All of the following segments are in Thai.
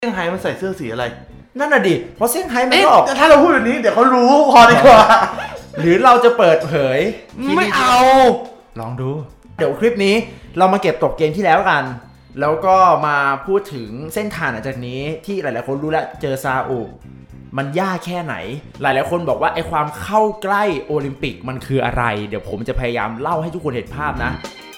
เซี่ยงไฮ้มันใส่เสื้อสีอะไรนั่นน่ะดิเพราะเซี่ยงไฮ้มันก็ออกถ้าเราพูดแบบนี้เดี๋ยวเขารู้พอดีกว่าหรือเราจะเปิดเผยไม่เอาลองดูเดี๋ยวคลิปนี้เรามาเก็บตกเกมที่แล้วกันแล้วก็มาพูดถึงเส้นทางหลังจากนี้ที่หลายๆคนรู้แล้วเจอซาอุมันยากแค่ไหนหลายๆคนบอกว่าไอ้ความเข้าใกล้โอลิมปิกมันคืออะไรเดี๋ยวผมจะพยายามเล่าให้ทุกคนเห็นภาพนะ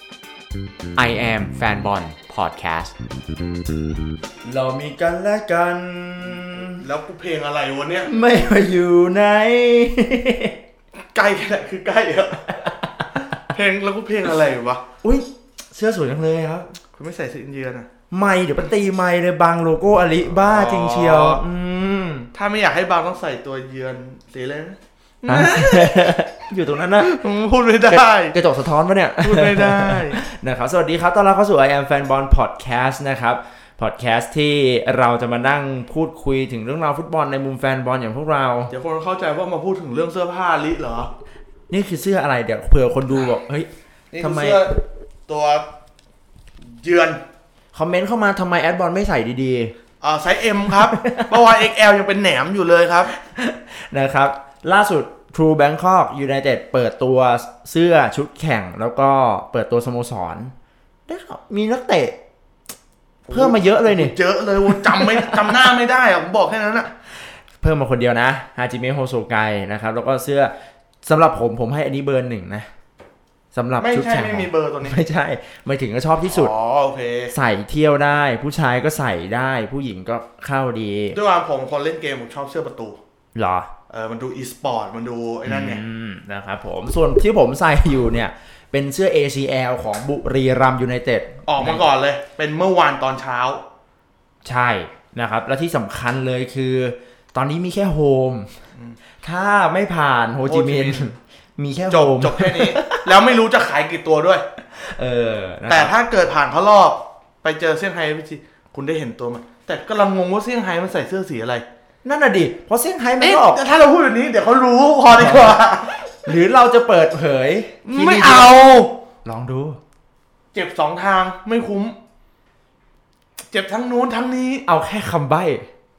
I am Fanbon Podcast เรามีกันและกันแล้วกูเพลงอะไรวะเนี่ยไม่ว่าอยู่ไหนใกล้แค่ไหนคือใกล้อะเพลงแล้วกูเพลงอะไรวะอุ้ยเสื้อสวยจังเลยครับคุณไม่ใส่เสื้อเยือนอะไม่เดี๋ยวมันตีไม่เลยบังโลโก้อลิบ้าจริงเชียวถ้าไม่อยากให้บางต้องใส่ตัวเยือนสีอะไรนะอยู่ตรงนั้นนะพูดไม่ได้กระจกสะท้อนปะเนี่ยพูดไม่ได้นะครับสวัสดีครับต้อนรับเข้าสู่ I am Fanbon Podcast นะครับพอดแคสต์ที่เราจะมานั่งพูดคุยถึงเรื่องราวฟุตบอลในมุมแฟนบอลอย่างพวกเราเดี๋ยวคนเข้าใจว่ามาพูดถึงเรื่องเสื้อผ้าลิเหรอนี่คือเสื้ออะไรเดี๋ยวเผื่อคนดูบอกเฮ้ยทำไมเสื้อตัวเยือนคอมเมนต์เข้ามาทำไมแอดบอลไม่ใส่ดีๆไซส์ M ครับเมื่อวาน XL ยังเป็นแหนมอยู่เลยครับนะครับล่าสุด True Bangkok United เปิดตัวเสื้อชุดแข่งแล้วก็เปิดตัวสโมสรได้ครับมีนักเตะเพิ่มมาเยอะเลยนี่เยอะเลยจำหน้าไม่ได้อะผมบอกแค่นั้นอะเพิ่มมาคนเดียวนะฮาจิเมะโฮโซไกนะครับแล้วก็เสื้อสำหรับผมให้อันนี้เบอร์1นะสำหรับชุดแข่งไม่มีเบอร์ตัวนี้ไม่ใช่ไม่ถึงก็ชอบที่สุดโอเคใส่เที่ยวได้ผู้ชายก็ใส่ได้ผู้หญิงก็เข้าดีด้วยว่าผมคนเล่นเกมผมชอบเสื้อประตูเหรอมันดูอีสปอร์ตมันดูไอ้นั่นไงนะครับผมส่วนที่ผมใส่อยู่เนี่ยเป็นเสื้อ ACL ของบุรีรัมย์ยูไนเต็ดออกมาก่อนเลยเป็นเมื่อวานตอนเช้าใช่นะครับและที่สำคัญเลยคือตอนนี้มีแค่โฮมถ้าไม่ผ่านโฮจิมินห์มีแค่โฮมจบแค่นี้แล้วไม่รู้จะขายกี่ตัวด้วยแต่ถ้าเกิดผ่านเข้ารอบไปเจอเซี่ยงไฮ้คุณได้เห็นตัวมันแต่กำลังงงว่าเซี่ยงไฮ้มันใส่เสื้อสีอะไรนั่นน่ะดิเพราะเซี่ยงไฮ้มันก็ออกถ้าเราพูดแบบนี้เดี๋ยวเขารู้พอดีกว่าหรือเราจะเปิดเผยไม่เอาลองดูเจ็บ2ทางไม่คุ้มเจ็บทั้งนู้นทั้งนี้เอาแค่คำใบ้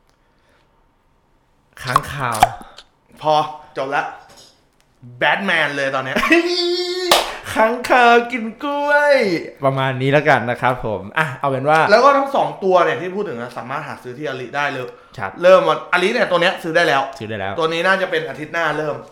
ค้างคาวพอจบละแบทแมนเลยตอนนี้ค้างคาวกินกล้วยประมาณนี้แล้วกันนะครับผมเอาเป็นว่าแล้วก็ทั้ง2ตัวเนี่ยที่พูดถึงสามารถหาซื้อที่อาลีได้เลยเริ่มอาลีเนี่ยตัวเนี้ยซื้อได้แล้วตัวนี้น่าจะเป็นอาทิตย์หน้าเริ่ม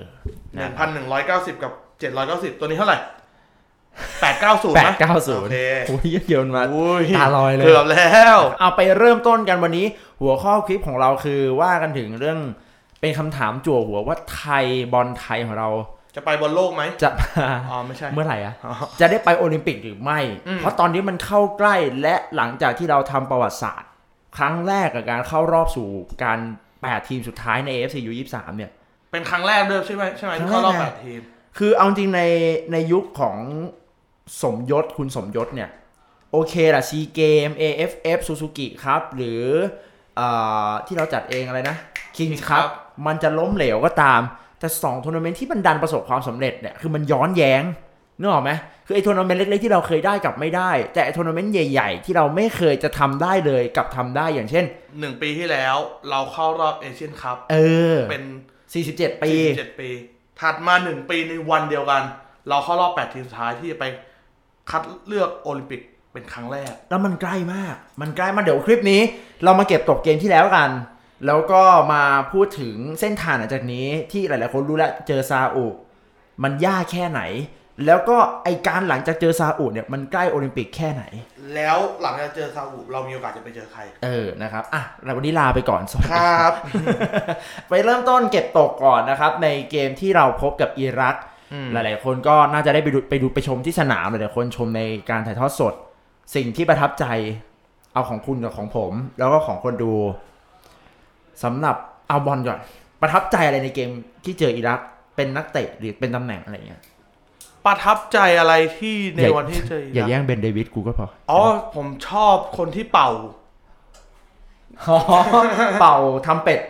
1,190 กับ790ตัวนี้เท่าไหร่890นะ 890โอเคโอ้ยเยอะมาตาลอยเลยเกือบแล้วเอาไปเริ่มต้นกันวันนี้หัวข้อคลิปของเราคือว่ากันถึงเรื่องเป็นคำถามจั่วหัวว่าไทยบอลไทยของเราจะไปบอลโลกไหมจะไม่ใช่เมื่อไหร่จะได้ไปโอลิมปิกหรือไม่เพราะตอนนี้มันเข้าใกล้และหลังจากที่เราทำประวัติศาสตร์ครั้งแรกกับการเข้ารอบสู่การ8ทีมสุดท้ายใน AFC U23 เนี่ยเป็นครั้งแรกด้วยใช่ไหมที่เข้ารอบ8ทีมคือเอาจริงในยุคของสมยศคุณสมยศเนี่ยโอเคล่ะซีเกม AFF ซูซูกิครับหรือที่เราจัดเองอะไรนะ Kings ครับมันจะล้มเหลวก็ตามแต่2ทัวร์นาเมนต์ที่มันดันประสบความสำเร็จเนี่ยคือมันย้อนแย้งนึกออกไหมคือไอ้ทัวร์นาเมนต์เล็กๆที่เราเคยได้กับไม่ได้แต่ไอ้ทัวร์นาเมนต์ใหญ่ๆที่เราไม่เคยจะทำได้เลยกับทำได้อย่างเช่น 1ปีที่แล้วเราเข้ารอบเอเชียนคัพเป็น 47ปีถัดมา1ปีในวันเดียวกันเราเข้ารอบ8ทีมสุดท้ายที่จะไปคัดเลือกโอลิมปิกเป็นครั้งแรกแล้วมันใกล้มากเดี๋ยวคลิปนี้เรามาเก็บตกเกมที่แล้วกันแล้วก็มาพูดถึงเส้นทางหลังจากนี้ที่หลายๆคนรู้แล้วเจอซาอุมันยากแค่ไหนแล้วก็ไอการหลังจากเจอซาอุเนี่ยมันใกล้โอลิมปิกแค่ไหนแล้วหลังจากเจอซาอุเรามีโอกาสจะไปเจอใครนะครับแล้ววันนี้ลาไปก่อนครับไปเริ่มต้นเก็บตกก่อนนะครับในเกมที่เราพบกับอิรักหลายๆคนก็น่าจะได้ไปชมที่สนามหลายๆคนชมในการถ่ายทอดสดสิ่งที่ประทับใจเอาของคุณกับของผมแล้วก็ของคนดูสำหรับเอาบอลก่อนประทับใจอะไรในเกมที่เจออิรักเป็นนักเตะหรือเป็นตำแหน่งอะไรเงี้ยประทับใจอะไรที่ในวันที่เจออย่าแย่งเบนเดวิดกูก็พอผมชอบคนที่เป่าทำเป็ด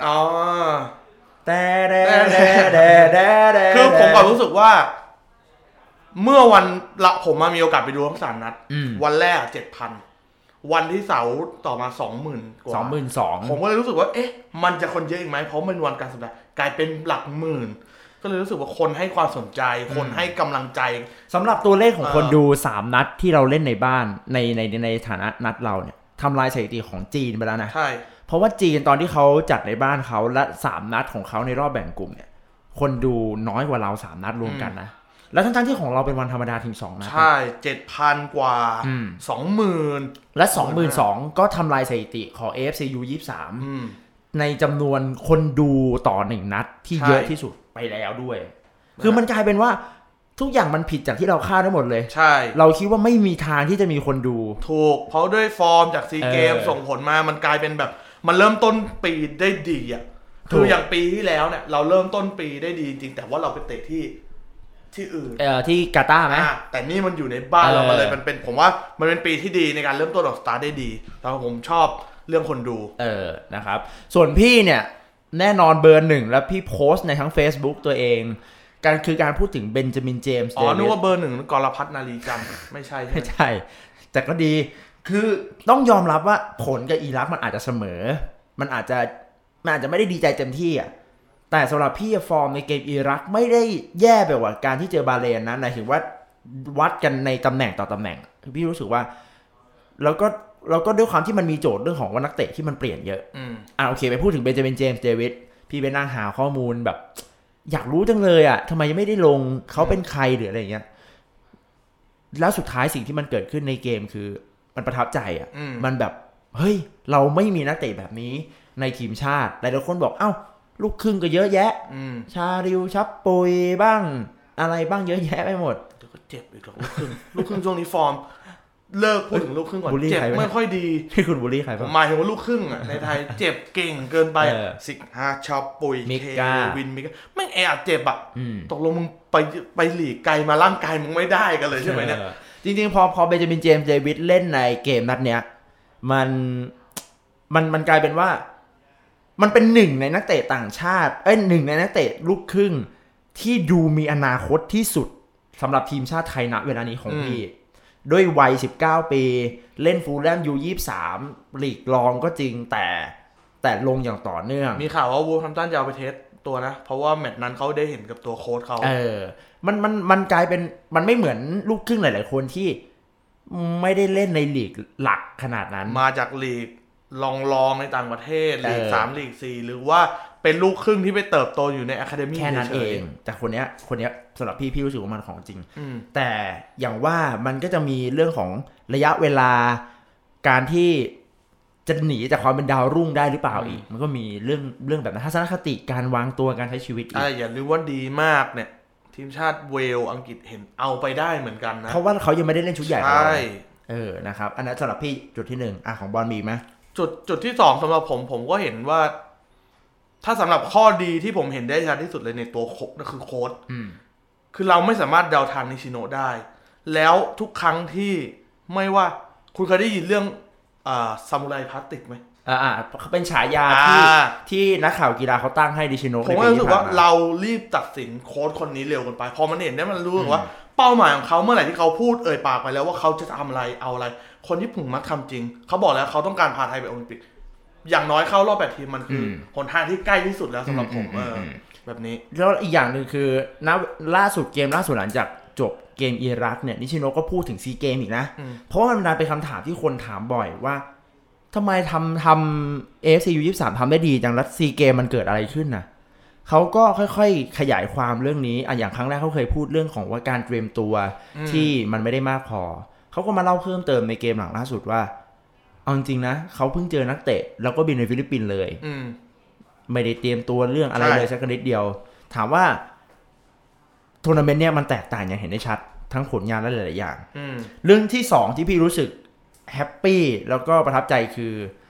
คือผมก็รู้สึกว่าเมื่อวันละผมมามีโอกาสไปดูทั้ง3นัดวันแรก 7,000 วันที่เสาร์ต่อมา 20,000 กว่า 22,000 ผมก็เลยรู้สึกว่าเอ๊ะมันจะคนเยอะอีกไหมเพราะมันวันกลางสัปดาห์กลายเป็นหลักหมื่นก็เลยรู้สึกว่าคนให้ความสนใจคนให้กำลังใจสำหรับตัวเลขของคนดู3นัดที่เราเล่นในบ้านในฐานะนัดเราเนี่ยทำลายสถิติของจีนไปแล้วนะใช่เพราะว่าจีนตอนที่เขาจัดในบ้านเขาและ3นัดของเขาในรอบแบ่งกลุ่มเนี่ยคนดูน้อยกว่าเรา3นัดรวมกันนะแล้วทั้งที่ของเราเป็นวันธรรมดาถึง2นัดใช่ 7,000 กว่า 20,000 และ 22,000 ก็ทำลายสถิติของ AFC U23 ในจำนวนคนดูต่อ1นัดที่เยอะที่สุดไปแล้วด้วยคือมันกลายเป็นว่าทุกอย่างมันผิดจากที่เราคาดได้หมดเลยใช่เราคิดว่าไม่มีทางที่จะมีคนดูถูกเพราะด้วยฟอร์มจากซีเกมส่งผลมามันกลายเป็นแบบมันเริ่มต้นปีได้ดีอ่ะคืออย่างปีที่แล้วเนี่ยเราเริ่มต้นปีได้ดีจริงแต่ว่าเราไปเตะที่อื่นที่กาตาร์ไหมแต่นี่มันอยู่ในบ้านเรามาเลยมันเป็นผมว่ามันเป็นปีที่ดีในการเริ่มต้นออกสตาร์ทได้ดีแล้วผมชอบเรื่องคนดูนะครับส่วนพี่เนี่ยแน่นอนเบอร์หนึ่งแล้วพี่โพสต์ในทั้ง Facebook ตัวเองการพูดถึงเบนจามินเจมส์นึกว่าเบอร์หนึ่งกรพัฒนารีจันทร์ไม่ใช่แต่ก็ดีคือต้องยอมรับว่าผลกับอิรักมันอาจจะเสมอมันอาจจะไม่ได้ดีใจเต็มที่อ่ะแต่สำหรับพี่ฟอร์มในเกมอิรักไม่ได้แย่แบบว่าการที่เจอบาห์เรนนะหมายถึงว่าวัดกันในตำแหน่งต่อตำแหน่งคือพี่รู้สึกว่าแล้วก็ด้วยความที่มันมีโจทย์เรื่องของว่านักเตะที่มันเปลี่ยนเยอะโอเคไปพูดถึงเบนจามินเจมส์เดวิดพี่ไปนั่งหาข้อมูลแบบอยากรู้จังเลยอ่ะทำไมยังไม่ได้ลงเขาเป็นใครหรืออะไรอย่างเงี้ยแล้วสุดท้ายสิ่งที่มันเกิดขึ้นในเกมคือมันประทับใจอ่ะมันแบบเฮ้ยเราไม่มีนักเตะแบบนี้ในทีมชาติหลายคนบอกเอ้าลูกครึ่งก็เยอะแยะชาริวชับปุยบ้างอะไรบ้างเยอะแยะไปหมดเดี๋ยวก็เจ็บอีกหรอกลูกครึ่งช่วงนี้ฟอร์มเลิกพูดถึงลูกครึ่งก่อนเจ็บไม่ค่อยดีที่คุณบูลลี่ใครผมหมายถึงว่าลูกครึ่งอ่ะในไทยเจ็บเก่งเกินไปสิกฮาชอบปุยเควินมิกาแม่งแอบเจ็บอ่ะตกลงมึงไปหลีกไกลมาร่างกายมึงไม่ได้กันเลยใช่ไหมเนี่ยจริงๆพอเบนจามินเจมส์เดวิดเล่นในเกมนัดเนี้ยมันกลายเป็นว่ามันเป็นหนึ่งในนักเตะต่างชาติหนึ่งในนักเตะลูกครึ่งที่ดูมีอนาคตที่สุดสำหรับทีมชาติไทยณเวลานี้ของพี่ด้วยวัย19ปีเล่นฟูลแลม U23 ลีกรองก็จริงแต่ลงอย่างต่อเนื่องมีข่าวว่าวูลแฮมป์ตันจะเอาไปเทสตัวนะเพราะว่าแมตช์นั้นเขาได้เห็นกับตัวโค้ชเขามันกลายเป็นมันไม่เหมือนลูกครึ่งหลายๆคนที่ไม่ได้เล่นในลีกหลักขนาดนั้นมาจากลีกลองในต่างประเทศลีก3ลีก4หรือว่าเป็นลูกครึ่งที่ไปเติบโตอยู่ในอะคาเดมี่แค่นั้นเองแต่คนเนี้ยสำหรับพี่รู้สึกว่ามันของจริงแต่อย่างว่ามันก็จะมีเรื่องของระยะเวลาการที่จะหนีจากความเป็นดาวรุ่งได้หรือเปล่าอีกมันก็มีเรื่องแบบทัศนคติการวางตัวการใช้ชีวิตอีกอย่าลืมว่าดีมากเนี่ยทีมชาติเวลอังกฤษเห็นเอาไปได้เหมือนกันนะเพราะว่าเขายังไม่ได้เล่นชุดใหญ่ใช่นะครับอันนั้นสำหรับพี่จุดที่1ของบอลมีไหมจุดที่2สำหรับผมก็เห็นว่าถ้าสำหรับข้อดีที่ผมเห็นได้ชัดที่สุดเลยในตัวก็คือโค้ชคือเราไม่สามารถเดาทางนิชิโนะได้แล้วทุกครั้งที่ไม่ว่าคุณเคยได้ยินเรื่องซามูไรพลาสติกไหมเขาเป็นฉายาที่นักข่าวกีฬาเขาตั้งให้นิชิโนะผมรู้สึกว่าเรารีบตัดสินโค้ชคนนี้เร็วเกินไปพอมันเห็นได้มันรู้ว่าเป้าหมายของเขาเมื่อไหร่ที่เขาพูดปากไปแล้วว่าเขาจะทำอะไรเอาอะไรคนญี่ปุ่นมักทำจริงเขาบอกแล้วเขาต้องการพาไทยไปโอลิมปิกอย่างน้อยเข้ารอบ8ทีมมันคือหนทางที่ใกล้ที่สุดแล้วสำหรับผมแบบนี้แล้วอีกอย่างหนึ่งคือล่าสุดหลังจากจบเกมอิรักเนี่ยนิชิโนะก็พูดถึงซีเกมอีกนะเพราะว่ามันเป็นคำถามที่คนถามบ่อยว่าทำไมทำ AFC U23 ทำได้ดีจังแล้วซีเกมมันเกิดอะไรขึ้นนะเขาก็ค่อยๆขยายความเรื่องนี้อย่างครั้งแรกเขาเคยพูดเรื่องของว่าการเตรียมตัวที่มันไม่ได้มากพอเขาก็มาเล่าเพิ่มเติมในเกมหลังล่าสุดว่าเอาจริงนะเขาเพิ่งเจอนักเตะแล้วก็บินไปฟิลิปปินส์เลยไม่ได้เตรียมตัวเรื่องอะไรเลยสักนิดเดียวถามว่าทัวร์นาเมนต์เนี่ยมันแตกต่างอย่างเห็นได้ชัดทั้งผลงานและหลายๆอย่างเรื่องที่2ที่พี่รู้สึกแฮปปี้แล้วก็ประทับใจคือ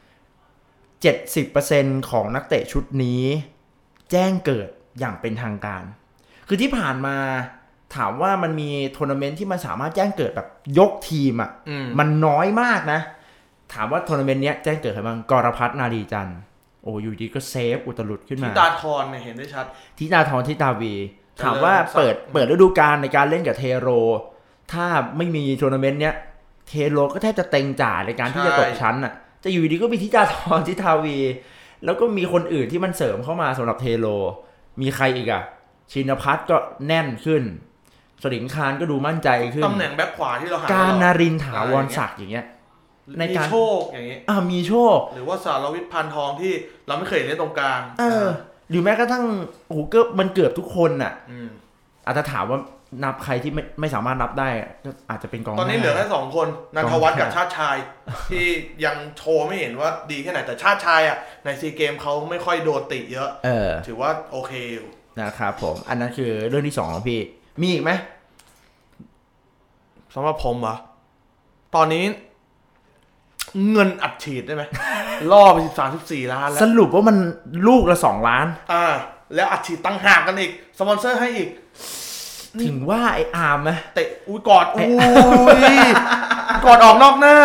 70% ของนักเตะชุดนี้แจ้งเกิดอย่างเป็นทางการคือที่ผ่านมาถามว่ามันมีทัวร์นาเมนต์ที่มันสามารถแจ้งเกิดแบบยกทีมมันน้อยมากนะถามว่าทัวร์นาเมนต์เนี้ยแจ้งเกิดใครบ้างกรพัฒน์นารีจันทร์อยู่ดีก็เซฟอุตลุดขึ้นมาทิตาธรเนี่ยเห็นได้ชัดทิตาธรทิตาวีถามว่าเปิดฤดูกาลในการเล่นกับเทโรถ้าไม่มีทัวร์นาเมนต์เนี้ยทเทโลก็แทบจะเต็งจ่าในการที่จะตกชั้นอ่ะจะอยู่ดีก็มีทิจาธรทิทาวีแล้วก็มีคนอื่นที่มันเสริมเข้ามาสำหรับเทโลมีใครอีกอ่ะชินภัทรก็แน่นขึ้นสลิงคารก็ดูมั่นใจขึ้นตำแหน่งแบ็คขวาที่เราหาการนารินถาวรศักดิ์อย่างเงี้ยในการโชคอย่างงี้มีโชคหรือว่าสารวิทย์พันทองที่เราไม่เคยเห็นตรงกลางหรือแม้กระทั่งโอ้โหก็มันเกือบทุกคนน่ะอาจจะถามว่านับใครที่ไม่สามารถนับได้ก็อาจจะเป็นกองตอนนี้เหลือแค่2คนนันทวัฒน์กับชาติชายที่ยังโชว์ไม่เห็นว่าดีแค่ไหนแต่ชาติชายอ่ะในซีเกมเขาไม่ค่อยโดนติเยอะถือว่าโอเคอยู่นะครับผมอันนั้นคือเรื่องที่2ของพี่มีอีกไหมสำหรับผมอ่ะตอนนี้เงินอัดฉีดได้ไหมล่อไป13-14 ล้านแล้วสรุปว่ามันลูกละ2 ล้านแล้วอัดฉีดตั้งหากกันอีกสปอนเซอร์ให้อีกถึงว่าไอ้อาร์มนะเตะกอดกอดออกนอกหน้า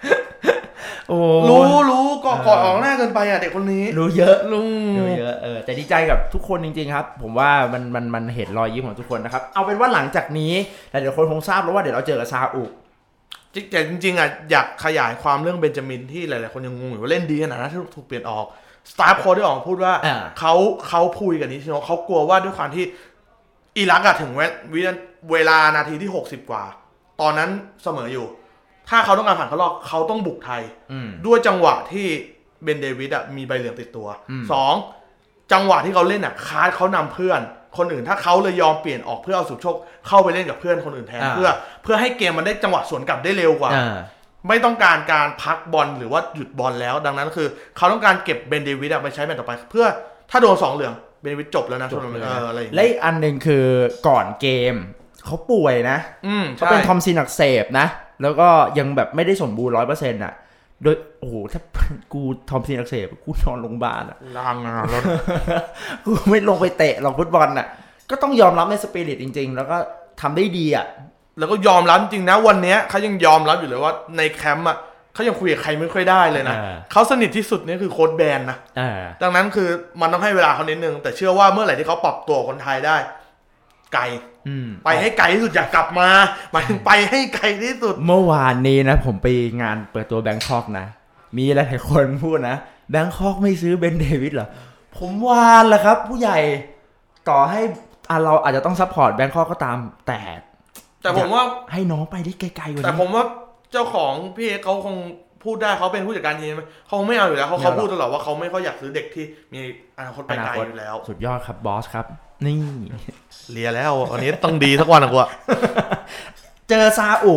รู้กอดออกหน้าเกินไปอ่ะเด็กคนนี้รู้เยอะแต่ดีใจกับทุกคนจริงๆครับผมว่ามันเห็นรอยยิ้มของทุกคนนะครับเอาเป็นว่าหลังจากนี้เดี๋ยวคนคงทราบแล้วว่าเดี๋ยวเราเจอกับซาอุแต่จริงๆอ่ะอยากขยายความเรื่องเบนจามินที่หลายๆคนยังงงอยู่ว่าเล่นดีขนาดนั้นที่ถูกเปลี่ยนออกสตาฟโค้ชได้ออกมาพูดว่าเขาพูดกับนิชิโนะเขากลัวว่าด้วยความที่อิรักอะถึงเวลานาทีที่60กว่าตอนนั้นเสมออยู่ถ้าเขาต้องการผ่านเข้ารอบเขาต้องบุกไทยด้วยจังหวะที่เบนเดวิดอะมีใบเหลืองติดตัว2จังหวะที่เขาเล่นอะคาร์ดเขานำเพื่อนคนอื่นถ้าเขาเลยยอมเปลี่ยนออกเพื่อเอาสุขโชคเข้าไปเล่นกับเพื่อนคนอื่นแทนเพื่อให้เกมมันได้จังหวะสวนกลับได้เร็วกว่าไม่ต้องการการพักบอลหรือว่าหยุดบอลแล้วดังนั้นคือเขาต้องการเก็บเบนเดวิดไปใช้แมตช์ต่อไปเพื่อถ้าโดน2เหลืองเบนวิทจบแล้วนะอะไรและอีกอันหนึ่งคือก่อนเกมเขาป่วยนะเขาเป็นทอมซินอักเสบนะแล้วก็ยังแบบไม่ได้สมบูรณ์ 100% อ่ะโดยโอ้โหถ้ากูทอมซินอักเสบกูนอนโรงพยาบาลอ่ะลังอ่ะแล้วกูไม่ลงไปเตะหรอกฟุตบอลอ่ะก็ต้องยอมรับในสปิริตจริงๆแล้วก็ทำได้ดีอ่ะแล้วก็ยอมรับจริงนะวันนี้เขายังยอมรับอยู่เลยว่าในแคมป์อ่ะเขายังคุยกับใครไม่ค่อยได้เลยนะเขาสนิทที่สุดนี่คือโค้ชแบนนะดังนั้นคือมันต้องให้เวลาเขานิดนึงแต่เชื่อว่าเมื่อไหร่ที่เขาปรับตัวคนไทยได้ไกลไปให้ไกลที่สุดอยากกลับมาหมายถึงไปให้ไกลที่สุดเมื่อวานนี้นะผมไปงานเปิดตัวแบงคอกนะมีหลายคนพูดนะแบงคอกไม่ซื้อเบนเดวิดเหรอผมวานแหละครับผู้ใหญ่ต่อให้เราอาจจะต้องซัพพอร์ตแบงคอกก็ตามแต่ผมว่าให้น้องไปได้ไกลๆกว่านี้แต่ผมว่าเจ้าของพี่เอกเขาคงพูดได้เขาเป็นผู้จัดการทีมเขาไม่เอาอยู่แล้วเขาพูดตลอดว่าเขาไม่ค่อยอยากซื้อเด็กที่มีอนาคตไปไกลอยู่แล้วสุดยอดครับบอสครับนี่เลียแล้ววันนี้ต้องดีสักวันนะกูเจอซาอุ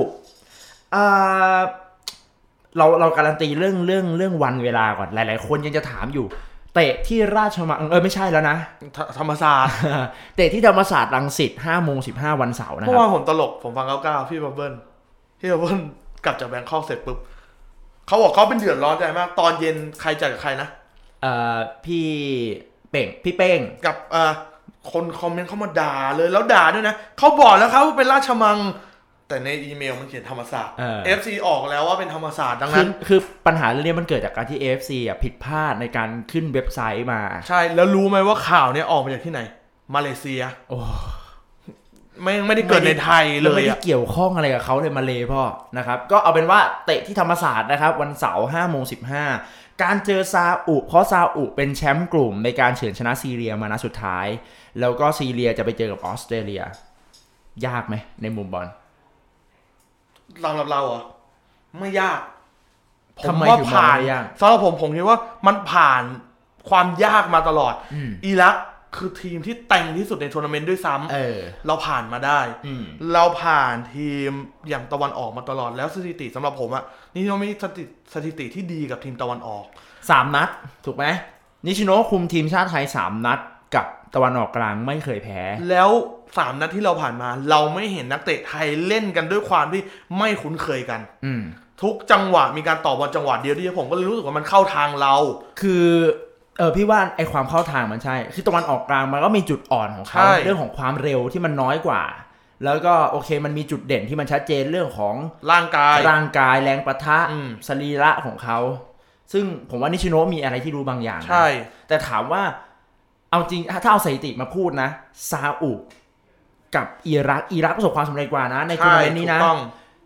เราการันตีเรื่องวันเวลาก่อนหลายๆคนยังจะถามอยู่เตะที่ราชมังไม่ใช่แล้วนะธรรมศาสตร์เตะที่ธรรมศาสตร์รังสิต 5:15 วันเสาร์นะครับเพราะว่าผมตลกผมฟัง99พี่บับเบิ้ลกลับจากแบงคอกเสร็จปุ๊บเขาบอกเขาเป็นเดือดร้อนใจมากตอนเย็นใครจัดกับใครนะพี่เป้งกับคนคอมเมนต์เข้ามาด่าเลยแล้วด่าด้วยนะเขาบอกแล้วครับว่าเป็นราชมังแต่ในอีเมลมันเขียนธรรมศาสตร์ FC ออกแล้วว่าเป็นธรรมศาสตร์ดังนั้นคือปัญหาเรื่องนี้มันเกิดจากการที่ AFC ผิดพลาดในการขึ้นเว็บไซต์มาใช่แล้วรู้ไหมว่าข่าวนี้ออกมาจากที่ไหนมาเลเซียโอ้ไม่ได้เกิดในไทยเลยไม่ได้เกี่ยวข้องอะไรกับเขาเลยมาเลพ่อนะครับก็เอาเป็นว่าเตะที่ธรรมศาสตร์นะครับวันเสาร์ 5:15 การเจอซาอุเพราะซาอุเป็นแชมป์กลุ่มในการเฉือนชนะซีเรียมานัดสุดท้ายแล้วก็ซีเรียจะไปเจอกับออสเตรเลียยากไหมในมุมบอลสำหรับเราอ่ะไม่ยากผมว่าผ่านสำหรับผมคิดว่ามันผ่านความยากมาตลอดอิรักคือทีมที่แต่งที่สุดในทัวร์นาเมนต์ด้วยซ้ำเราผ่านมาได้เราผ่านทีมอย่างตะวันออกมาตลอดแล้วสถิติสำหรับผมอ่ะนิชิโนะมีสถิติที่ดีกับทีมตะวันออก 3 นัดถูกไหมนิชิโนะคุมทีมชาติไทย3 นัดกับตะวันออกกลางไม่เคยแพ้แล้ว3 นัดที่เราผ่านมาเราไม่เห็นนักเตะไทยเล่นกันด้วยความที่ไม่คุ้นเคยกันทุกจังหวะมีการต่อบอลจังหวะเดียวที่ผมก็เลยรู้สึกว่ามันเข้าทางเราคือพี่ว่าไอความเข้าทางมันใช่คือตะวันออกกลางมันก็มีจุดอ่อนของเขาเรื่องของความเร็วที่มันน้อยกว่าแล้วก็โอเคมันมีจุดเด่นที่มันชัดเจนเรื่องของร่างกายแรงปะทะสรีระของเขาซึ่งผมว่านิชิโนะมีอะไรที่รู้บางอย่างใช่แต่ถามว่าเอาจริงถ้าเอาสถิติมาพูดนะซาอุกับอิรักประสบความสำเร็จกว่านะในทัวร์นาเมนต์นี้นะ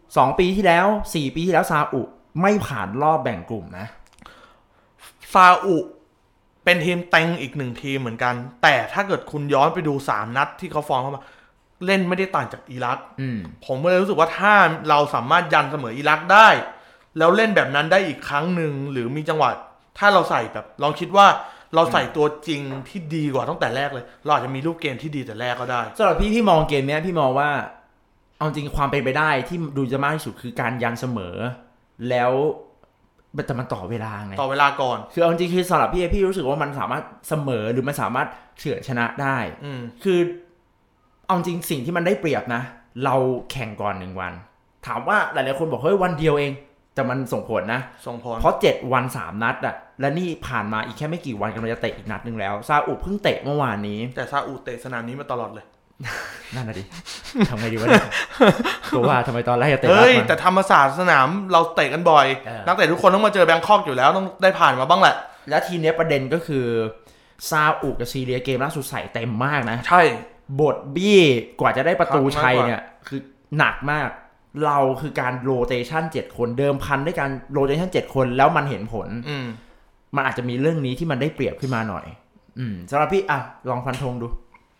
2 ปีที่แล้ว4 ปีที่แล้วซาอุไม่ผ่านรอบแบ่งกลุ่มนะซาอุเป็นทีมเต็งอีก1ทีมเหมือนกันแต่ถ้าเกิดคุณย้อนไปดู3นัดที่เขาฟอร์มเข้ามาเล่นไม่ได้ต่างจากอิรักผมก็เลยรู้สึกว่าถ้าเราสามารถยันเสมออิรักได้แล้วเล่นแบบนั้นได้อีกครั้งหนึ่งหรือมีจังหวะถ้าเราใส่แบบลองคิดว่าเราใส่ตัวจริงที่ดีกว่าตั้งแต่แรกเลยเราอาจจะมีรูปเกมที่ดีแต่แรกก็ได้สำหรับพี่มองเกมนี้พี่มองว่าเอาจริงความเป็นไปได้ที่ดูจะมากที่สุดคือการยันเสมอแล้วแต่มันต่อเวลาไงต่อเวลาก่อนคือเอาจริงคือสำหรับพี่รู้สึกว่ามันสามารถเสมอหรือมันสามารถเฉือนชนะได้คือเอาจริงสิ่งที่มันได้เปรียบนะเราแข่งก่อน1 วันถามว่าหลายๆคนบอกเฮ้ยวันเดียวเองแต่มันส่งผลนะส่งผลเพราะ7 วัน 3 นัดอะและนี่ผ่านมาอีกแค่ไม่กี่วันกำลังจะเตะอีกนัดนึงแล้วซาอุเพิ่งเตะเมื่อวานนี้แต่ซาอุเตะสนามนี้มาตลอดเลยนั่นน่ะดิทำไงดีวะเนี่ยตัวว่าทำไมตอนแรกจะเตะเฮ้ยแต่ธรรมศาสตร์สนามเราเตะกันบ่อยนักเตะทุกคนต้องมาเจอแบงคอกอยู่แล้วต้องได้ผ่านมาบ้างแหละและทีนี้ประเด็นก็คือซาอุกับซีเรียเกมล่าสุดใส่เต็มมากนะใช่บทบี้กว่าจะได้ประตูชัยเนี่ยคือหนักมากเราคือการโรเตชัน7 คนเดิมพันด้วยการโรเตชัน7 คนแล้วมันเห็นผลมันอาจจะมีเรื่องนี้ที่มันได้เปรียบขึ้นมาหน่อยสำหรับพี่ลองฟันธงดู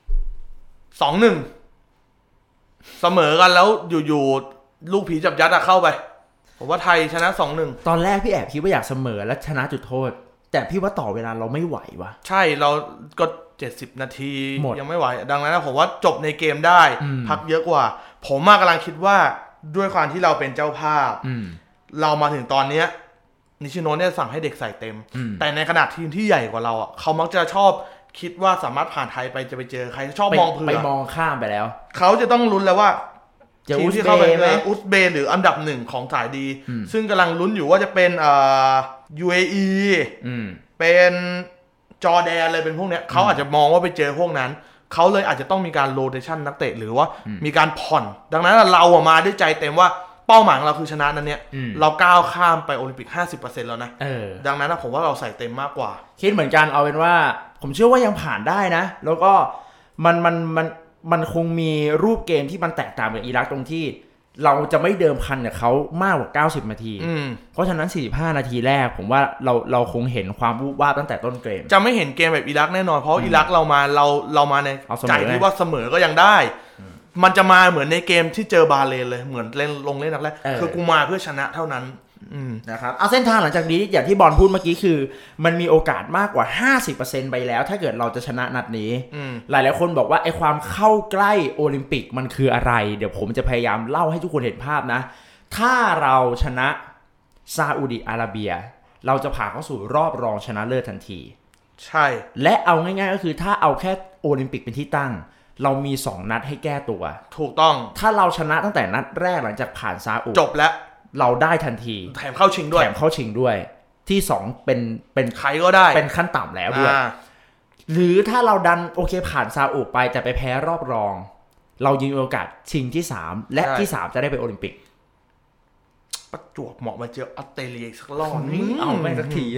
2-1 เสมอกันแล้วอยู่ๆลูกผีจับยัดเข้าไปผมว่าไทยชนะ 2-1 ตอนแรกพี่แอบคิดว่าอยากเสมอและชนะจุดโทษแต่พี่ว่าต่อเวลาเราไม่ไหววะใช่เราก็70 นาทียังไม่ไหวดังนั้นผมว่าจบในเกมได้พักเยอะกว่าผมกำลังคิดว่าด้วยความที่เราเป็นเจ้าภาพเรามาถึงตอนนี้นิชิโนะเนี่ยสั่งให้เด็กใส่เต็มแต่ในขณะทีมที่ใหญ่กว่าเราเขามักจะชอบคิดว่าสามารถผ่านไทยไปจะไปเจอใครชอบมองเผื่อไปมองข้ามไปแล้วเขาจะต้องลุ้นแล้วว่าทีมที่เข้าไปอุซเบย์หรืออันดับ1ของสายดีซึ่งกำลังลุ้นอยู่ว่าจะเป็นUAE เป็นจอร์แดนเลยเป็นพวกเนี้ยเขาอาจจะมองว่าไปเจอพวกนั้นเขาเลยอาจจะต้องมีการโรเตชันนักเตะหรือว่ามีการผ่อนดังนั้นเรามาด้วยใจเต็มว่าเป้าหมายของเราคือชนะนั้นเนี่ยเราก้าวข้ามไปโอลิมปิก 50% แล้วนะดังนั้นผมว่าเราใส่เต็มมากกว่าคิดเหมือนกันเอาเป็นว่าผมเชื่อว่ายังผ่านได้นะแล้วก็มันคงมีรูปเกมที่มันแตกต่างจากอิรักตรงที่เราจะไม่เดิมพันกับเขามากกว่า90 นาทีเพราะฉะนั้น45 นาทีแรกผมว่าเราคงเห็นความวูบวาบตั้งแต่ต้นเกมจะไม่เห็นเกมแบบอิรักแน่นอนเพราะอิรักเรามาในใจที่ว่าเสมอก็ยังได้มันจะมาเหมือนในเกมที่เจอบาเลนเลยเหมือนเล่นนัดแรกคือกูมาเพื่อชนะเท่านั้นนะครับเอาเส้นทางหลังจากนี้อย่างที่บอลพูดเมื่อกี้คือมันมีโอกาสมากกว่า 50% ไปแล้วถ้าเกิดเราจะชนะนัดนี้หลายๆคนบอกว่าไอ้ความเข้าใกล้โอลิมปิกมันคืออะไรเดี๋ยวผมจะพยายามเล่าให้ทุกคนเห็นภาพนะถ้าเราชนะซาอุดิอาระเบียเราจะผ่านเข้าสู่รอบรองชนะเลิศทันทีใช่และเอาง่ายๆก็คือถ้าเอาแค่โอลิมปิกเป็นที่ตั้งเรามี2 นัดให้แก้ตัวถูกต้องถ้าเราชนะตั้งแต่นัดแรกหลังจากผ่านซาอุจบแล้วเราได้ทันทีแถมเข้าชิงด้วยที่2เป็นใครก็ได้เป็นขั้นต่ำแล้วด้วยหรือถ้าเราดันโอเคผ่านซาอุไปแต่ไปแพ้รอบรองเรายังมีโอกาสชิงที่3และที่3จะได้ไปโอลิมปิกประจวบเหมาะมาเจอออสเตรเลียสักรอบเอาไม่สักที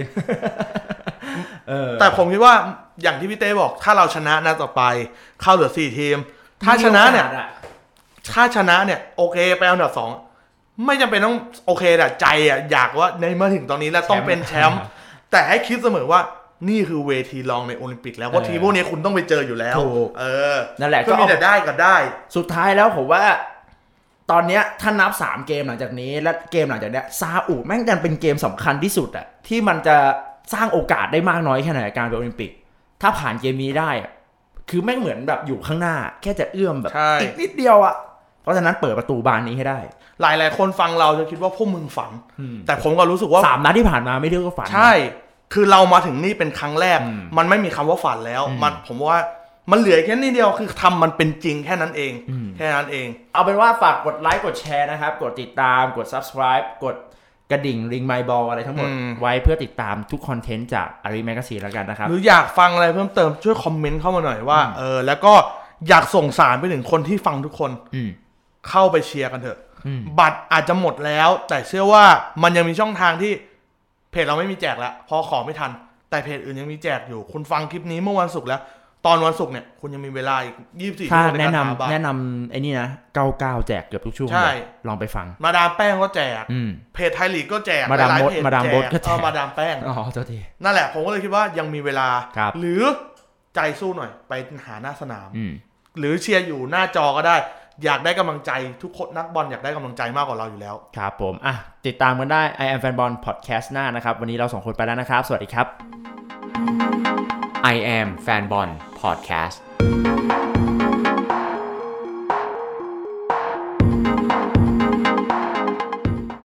แต่ผมคิดว่าอย่างที่พี่เต้บอกถ้าเราชนะนัดต่อไปเข้าเหลือ4 ทีมถ้าชนะเนี่ยโอเคไปอันดับ2ไม่จำเป็นต้องโอเคแต่ใจอยากว่าในมาถึงตอนนี้แล้วต้องเป็นแชมป์แต่ให้คิดเสมอว่านี่คือเวทีรองในโอลิมปิกแล้วเพราะทีมพวกนี้คุณต้องไปเจออยู่แล้วนั่นแหละก็มีแต่ได้ก็ได้สุดท้ายแล้วผมว่าตอนนี้ถ้านับ3 เกมหลังจากนี้และเกมหลังจากนี้ซาอุแม่งดันเป็นเกมสำคัญที่สุดอะที่มันจะสร้างโอกาสได้มากน้อยแค่ไหนการไปโอลิมปิกถ้าผ่านเกมนี้ได้คือแม่งเหมือนแบบอยู่ข้างหน้าแค่จะเอื้อมแบบอีกนิดเดียวอะเพราะฉะนั้นเปิดประตูบานนี้ให้ได้หลายๆคนฟังเราจะคิดว่าพวกมึงฝันแต่ผมก็รู้สึกว่า 3 นัดที่ผ่านมาไม่เรียกว่าฝันใช่คือเรามาถึงนี่เป็นครั้งแรกมันไม่มีคำว่าฝันแล้วผมว่ามันเหลือแค่นี้เดียวคือทำมันเป็นจริงแค่นั้นเองเอาเป็นว่าฝากกดไลค์กดแชร์นะครับกดติดตามกด Subscribe กดกระดิ่งริงไมค์บอลอะไรทั้งหมดไว้เพื่อติดตามทุกคอนเทนต์จากอารีแมกกาซีนแล้วกันนะครับหรืออยากฟังอะไรเพิ่มเติมช่วยคอมเมนต์เข้ามาหน่อยว่าแล้วก็อยากส่งสารไปถึงคนที่ฟังทุกคนเข้าไปเชียร์กันเถอะบัตรอาจจะหมดแล้วแต่เชื่อว่ามันยังมีช่องทางที่เพจเราไม่มีแจกแล้วพอขอไม่ทันแต่เพจอื่นยังมีแจกอยู่คุณฟังคลิปนี้เมื่อวันศุกร์แล้วตอนวันศุกร์เนี่ยคุณยังมีเวลาอีก24 ชั่วโมงในการหาบัตรแนะนำไอ้นี่นะ99แจกเกือบทุกช่วงเลยลองไปฟังมาดามแป้งก็แจกเพจไทยลีกก็แจกมาดามมดมาดามมดก็แจกมาดามแป้งเจ้าทีนั่นแหละผมก็เลยคิดว่ายังมีเวลาหรือใจสู้หน่อยไปหาหน้าสนามหรือเชียร์อยู่หน้าจอก็ได้อยากได้กำลังใจทุกคนนักบอลอยากได้กำลังใจมากกว่าเราอยู่แล้วครับผมติดตามกันได้ I am Fanball Podcast หน้านะครับวันนี้เรา2คนไปแล้วนะครับสวัสดีครับ I am Fanball Podcast